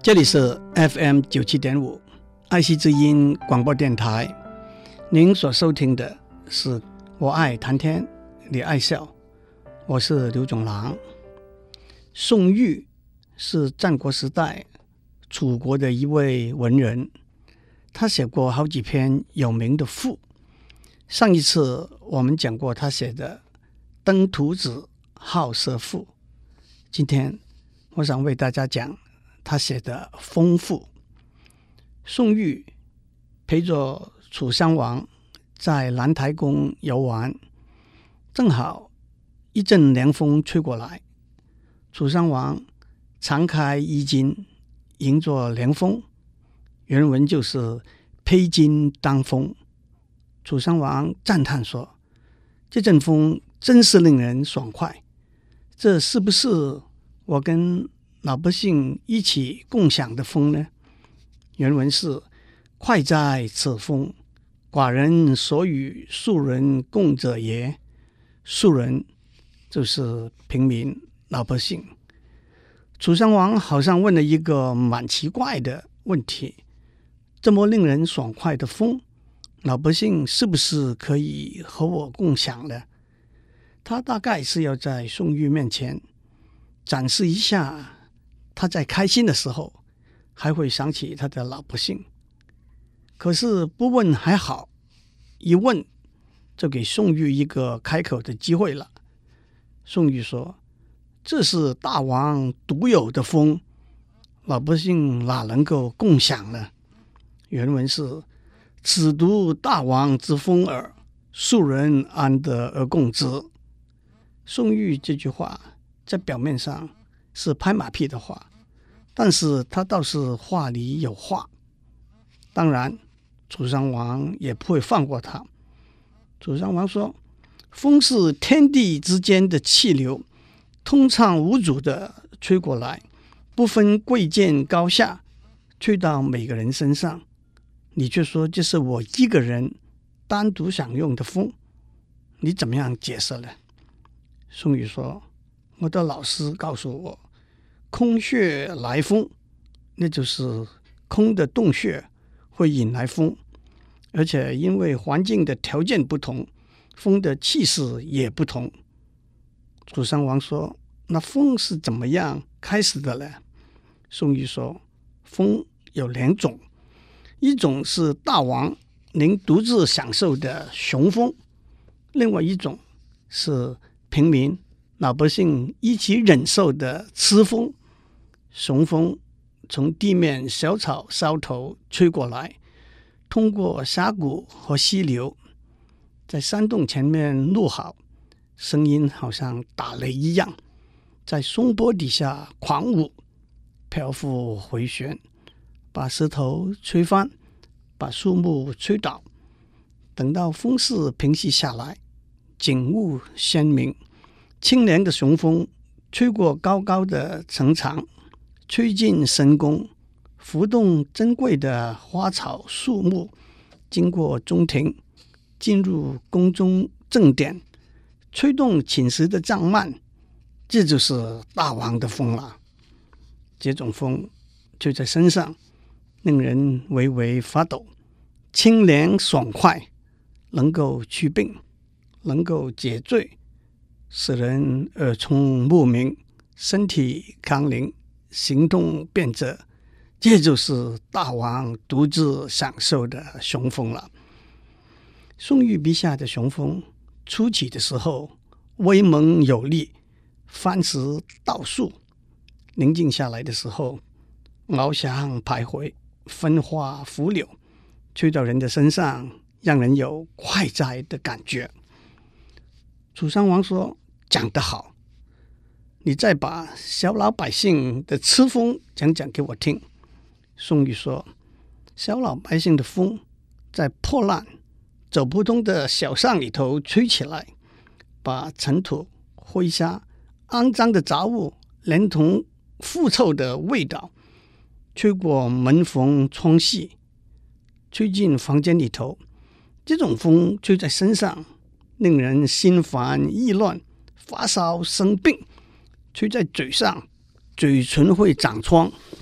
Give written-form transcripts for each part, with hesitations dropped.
这里是 FM97.5 爱惜之音广播电台，您所收听的是我爱谈天你爱笑，我是刘总郎。宋玉是战国时代楚国的一位文人，他写过好几篇有名的赋。上一次我们讲过他写的《登徒子好色赋》，今天我想为大家讲他写的《风赋》。宋玉陪着楚襄王在兰台宫游玩，正好一阵凉风吹过来，楚襄王敞开衣襟迎着凉风，原文就是披巾当风。楚襄王赞叹说，这阵风真是令人爽快，这是不是我跟老百姓一起共享的风呢？原文是快哉此风，寡人所与庶人共者也。庶人就是平民老百姓。楚襄王好像问了一个蛮奇怪的问题，这么令人爽快的风，老百姓是不是可以和我共享呢？他大概是要在宋玉面前展示一下，他在开心的时候还会想起他的老百姓。可是不问还好，一问就给宋玉一个开口的机会了。宋玉说，这是大王独有的风，老百姓哪能够共享呢？原文是此独大王之风耳，庶人安得而共之。宋玉这句话在表面上是拍马屁的话，但是他倒是话里有话。当然楚襄王也不会放过他。楚襄王说，风是天地之间的气流，通畅无阻的吹过来，不分贵贱高下，吹到每个人身上。你却说这是我一个人单独享用的风，你怎么样解释呢？宋玉说，我的老师告诉我，空穴来风，那就是空的洞穴会引来风，而且因为环境的条件不同，风的气势也不同。楚襄王说，那风是怎么样开始的呢？宋玉说，风有两种，一种是大王您独自享受的雄风，另外一种是平民老百姓一起忍受的雌风。雄风从地面小草梢头吹过来，通过峡谷和溪流，在山洞前面录好，声音好像打雷一样，在松波底下狂舞，漂浮回旋，把石头吹翻，把树木吹倒。等到风势平息下来，景物鲜明，清凉的雄风吹过高高的城墙，吹进深宫，浮动珍贵的花草树木，经过中庭，进入宫中正殿，吹动寝室的帐幔，这就是大王的风了。这种风吹在身上，令人微微发抖，清凉爽快，能够祛病，能够解醉，使人耳聪目明，身体康宁，行动便捷。这就是大王独自享受的雄风了。宋玉笔下的雄风初起的时候威猛有力，帆石倒竖，宁静下来的时候翱翔徘徊，分花拂柳，吹到人的身上，让人有快哉的感觉。楚襄王说，讲得好，你再把小老百姓的痴风讲讲给我听。宋玉说，小老百姓的风在破烂走不通的小巷里头吹起来，把尘土、灰沙、肮脏的杂物连同腐臭的味道吹过门缝窗隙，吹进房间里头。这种风吹在身上，令人心烦意乱，发烧生病；吹在嘴上，嘴唇会长疮；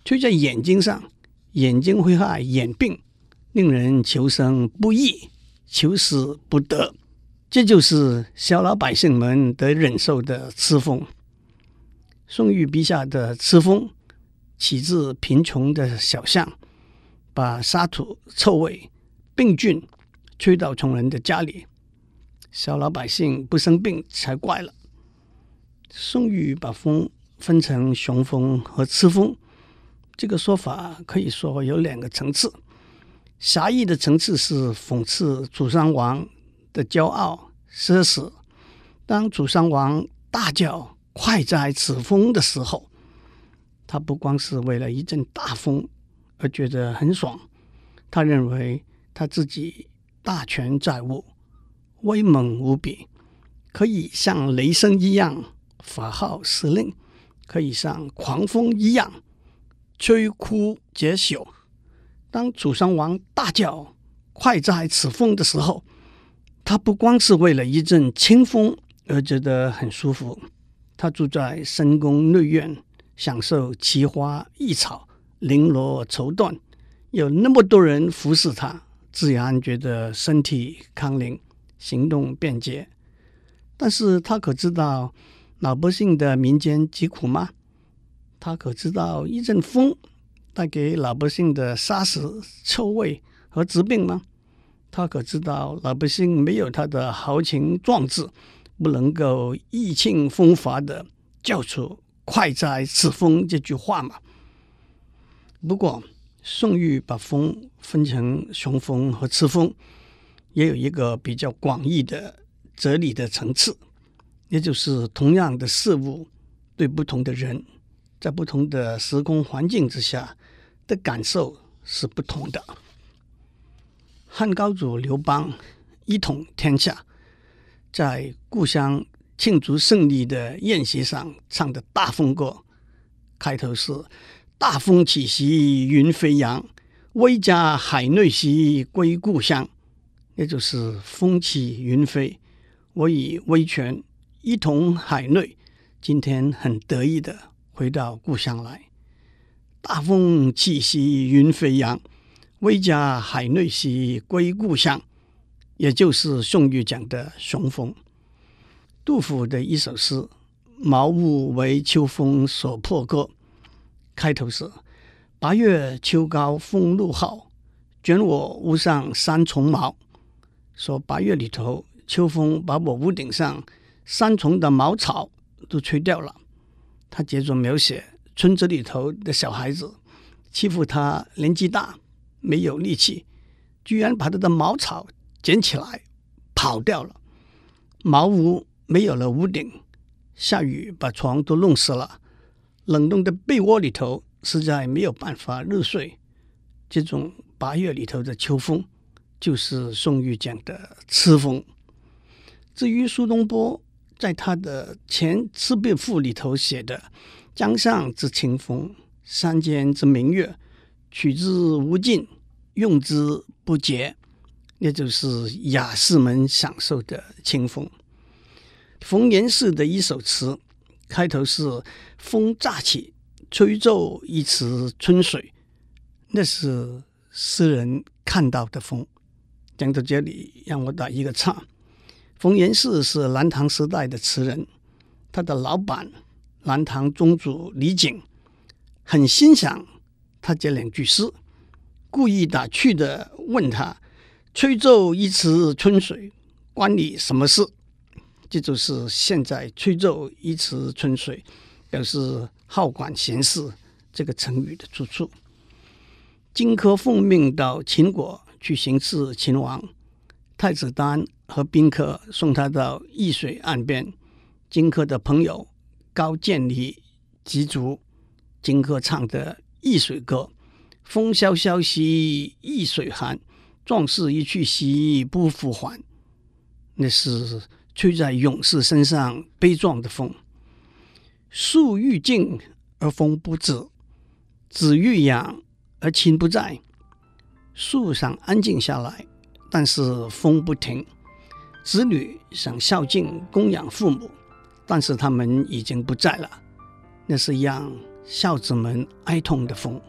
吹在眼睛上，眼睛会害眼病，令人求生不易，求死不得。这就是小老百姓们得忍受的痴风。宋玉笔下的痴风起自贫穷的小巷，把沙土、臭味、病菌吹到穷人的家里，小老百姓不生病才怪了。宋玉把风分成雄风和痴风，这个说法可以说有2个层次。狭义的层次是讽刺楚商王的骄傲奢侈，当楚商王大叫快哉此风的时候，他不光是为了一阵大风而觉得很爽，他认为他自己大权在握，威猛无比，可以像雷声一样发号施令，可以像狂风一样摧枯截朽。当楚商王大叫快哉此风的时候，他不光是为了一阵清风而觉得很舒服，他住在深宫内院，享受奇花异草，绫罗绸缎，有那么多人服侍他，自然觉得身体康宁，行动便捷。但是他可知道老百姓的民间疾苦吗？他可知道一阵风带给老百姓的沙石、臭味和疾病吗？他可知道老百姓没有他的豪情壮志，不能够意气风发的叫出快哉此风这句话吗？不过宋玉把风分成雄风和痴风，也有一个比较广义的哲理的层次，也就是同样的事物对不同的人，在不同的时空环境之下的感受是不同的。汉高祖刘邦一统天下，在故乡庆祝胜利的宴席上唱的大风歌，开头是大风起兮云飞扬，威加海内兮归故乡，也就是风起云飞，我以威权一统海内，今天很得意的回到故乡来。大风起兮云飞扬，威加海内兮归故乡，也就是宋玉讲的雄风。杜甫的一首诗《茅屋为秋风所破歌》，开头是8月秋高风怒号，卷我屋上三重茅。说8月里头，秋风把我屋顶上3重的茅草都吹掉了。他接着描写村子里头的小孩子欺负他年纪大没有力气，居然把他的茅草捡起来跑掉了。茅屋没有了屋顶，下雨把床都弄湿了，冷冻的被窝里头实在没有办法入睡。这种8月里头的秋风，就是宋玉讲的痴风。至于苏东坡在他的《前赤壁赋》里头写的江上之清风，山间之明月，取之无尽，用之不竭，也就是雅士们享受的清风。冯延巳的一首词，开头是风乍起，吹皱一池春水，那是诗人看到的风。讲到这里，让我打一个岔。冯延巳是南唐时代的词人，他的老板南唐宗主李璟很欣赏他这2句诗，故意打趣的问他：吹皱一池春水，关你什么事？这就是现在吹皱一池春水，表示好管闲事这个成语的出处。荆轲奉命到秦国去行刺秦王，太子丹和宾客送他到易水岸边，荆轲的朋友高渐离及足，荆轲唱的易水歌：风萧萧兮易水寒，壮士一去兮不复还。那是吹在勇士身上悲壮的风。树欲静而风不止，子欲养而亲不在。树想安静下来，但是风不停；子女想孝敬供养父母，但是他们已经不在了。那是一样孝子们哀痛的风。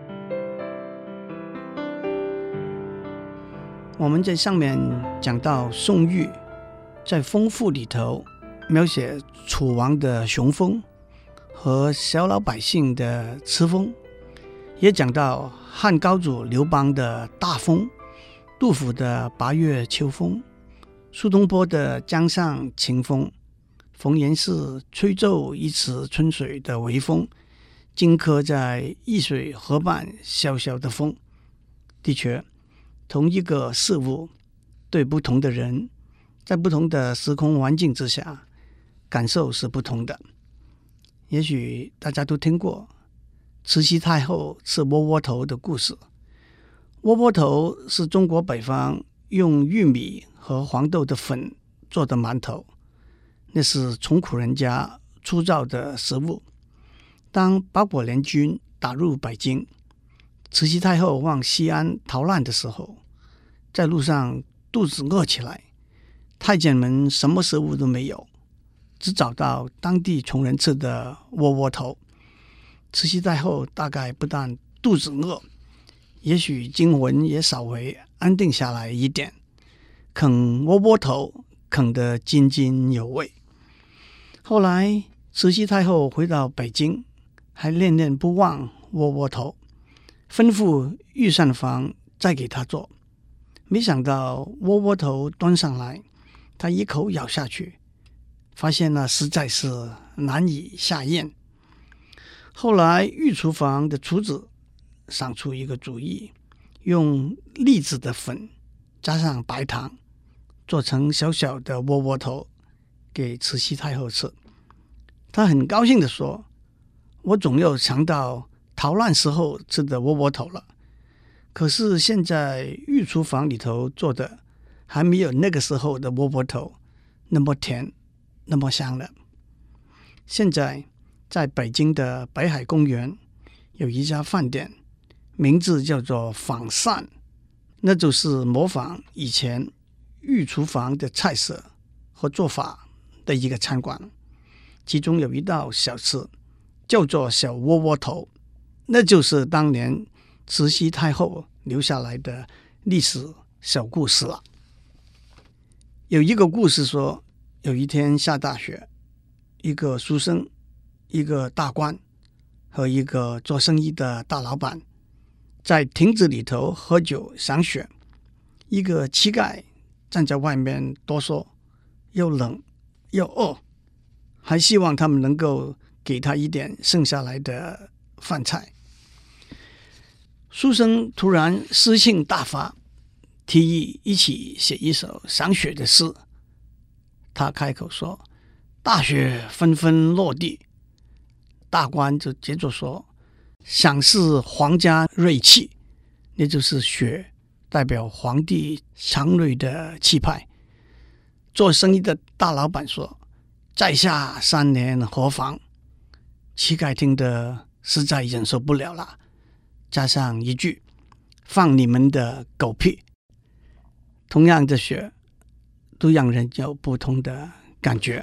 我们在上面讲到宋玉在《风赋》里头描写楚王的雄风和小老百姓的雌风，也讲到汉高祖刘邦的大风，杜甫的八月秋风，苏东坡的江上晴风，冯延巳吹奏一池春水的微风，荆轲在易水河畔萧萧的风。的确，同一个事物对不同的人，在不同的时空环境之下，感受是不同的。也许大家都听过慈禧太后吃窝窝头的故事。窝窝头是中国北方用玉米和黄豆的粉做的馒头，那是穷苦人家粗糙的食物。当八国联军打入北京，慈禧太后往西安逃难的时候，在路上肚子饿起来，太监们什么食物都没有，只找到当地穷人吃的窝窝头。慈禧太后大概不但肚子饿，也许精魂也稍微安定下来一点，啃窝窝头啃得津津有味。后来慈禧太后回到北京，还念念不忘窝窝头，吩咐御膳房再给她做。没想到窝窝头端上来，她一口咬下去，发现那实在是难以下咽。后来御厨房的厨子想出一个主意，用栗子的粉加上白糖，做成小小的窝窝头给慈禧太后吃。她很高兴地说，我总有尝到逃难时候吃的窝窝头了，可是现在御厨房里头做的还没有那个时候的窝窝头那么甜那么香了。现在在北京的北海公园有一家饭店，名字叫做仿膳，那就是模仿以前御厨房的菜色和做法的一个餐馆。其中有一道小吃叫做小窝窝头，那就是当年慈禧太后留下来的历史小故事了。有一个故事说，有一天下大雪，一个书生，一个大官和一个做生意的大老板在亭子里头喝酒赏雪。一个乞丐站在外面哆嗦，又冷又饿，还希望他们能够给他一点剩下来的饭菜。书生突然诗兴大发，提议一起写一首赏雪的诗。他开口说，大雪纷纷落地。大官就接着说，赏是皇家锐气，那就是雪代表皇帝强锐的气派。做生意的大老板说，在下3年何妨。乞丐听得实在忍受不了了，加上一句，放你们的狗屁。同样的雪都让人有不同的感觉。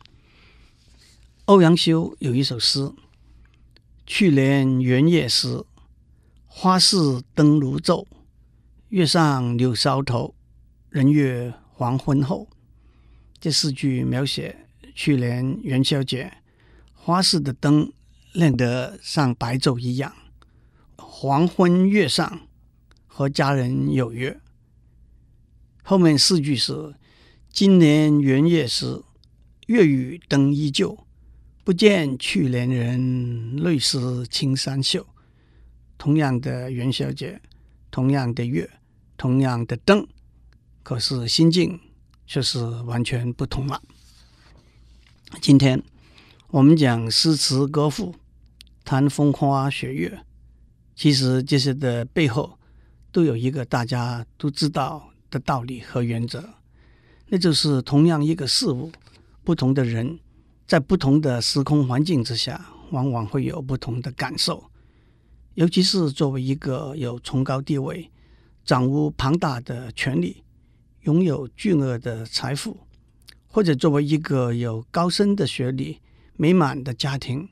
欧阳修有一首诗，去年元夜时，花市灯如昼，月上柳梢头，人约黄昏后。这4句描写去年元宵节，花市的灯亮得像白昼一样，黄昏月上和家人有约。后面4句是，今年元夜时，月与灯依旧，不见去年人，泪湿青衫袖。同样的元宵节，同样的月，同样的灯，可是心境却是完全不同了。今天我们讲诗词歌赋，谈风花雪月，其实这些的背后都有一个大家都知道的道理和原则，那就是同样一个事物，不同的人在不同的时空环境之下，往往会有不同的感受。尤其是作为一个有崇高地位、掌握庞大的权力、拥有巨额的财富，或者作为一个有高深的学历、美满的家庭，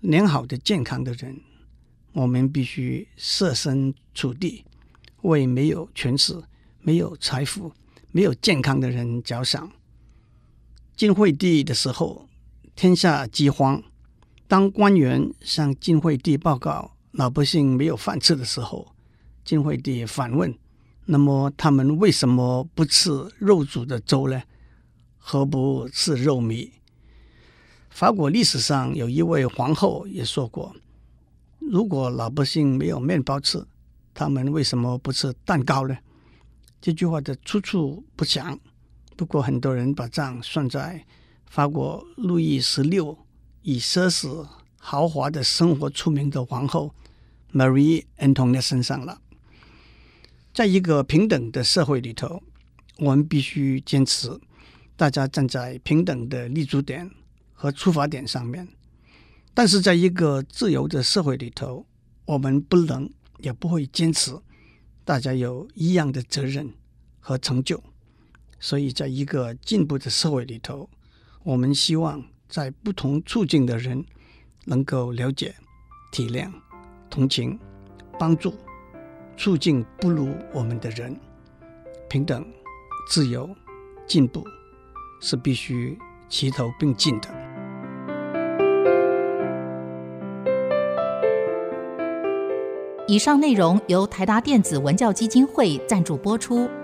良好的健康的人，我们必须设身处地，为没有权势、没有财富、没有健康的人着想。晋惠帝的时候，天下饥荒，当官员向晋惠帝报告老百姓没有饭吃的时候，晋惠帝反问：那么他们为什么不吃肉煮的粥呢？何不吃肉糜？法国历史上有一位皇后也说过，如果老百姓没有面包吃，他们为什么不吃蛋糕呢？这句话的出处不详，不过很多人把账算在法国路易16以奢侈豪华的生活出名的皇后 Marie Antoinette 身上了。在一个平等的社会里头，我们必须坚持大家站在平等的立足点和出发点上面。但是在一个自由的社会里头，我们不能也不会坚持大家有一样的责任和成就。所以在一个进步的社会里头，我们希望在不同处境的人能够了解、体谅、同情、帮助处境不如我们的人。平等、自由、进步是必须齐头并进的。 以上内容由台达电子文教基金会赞助播出。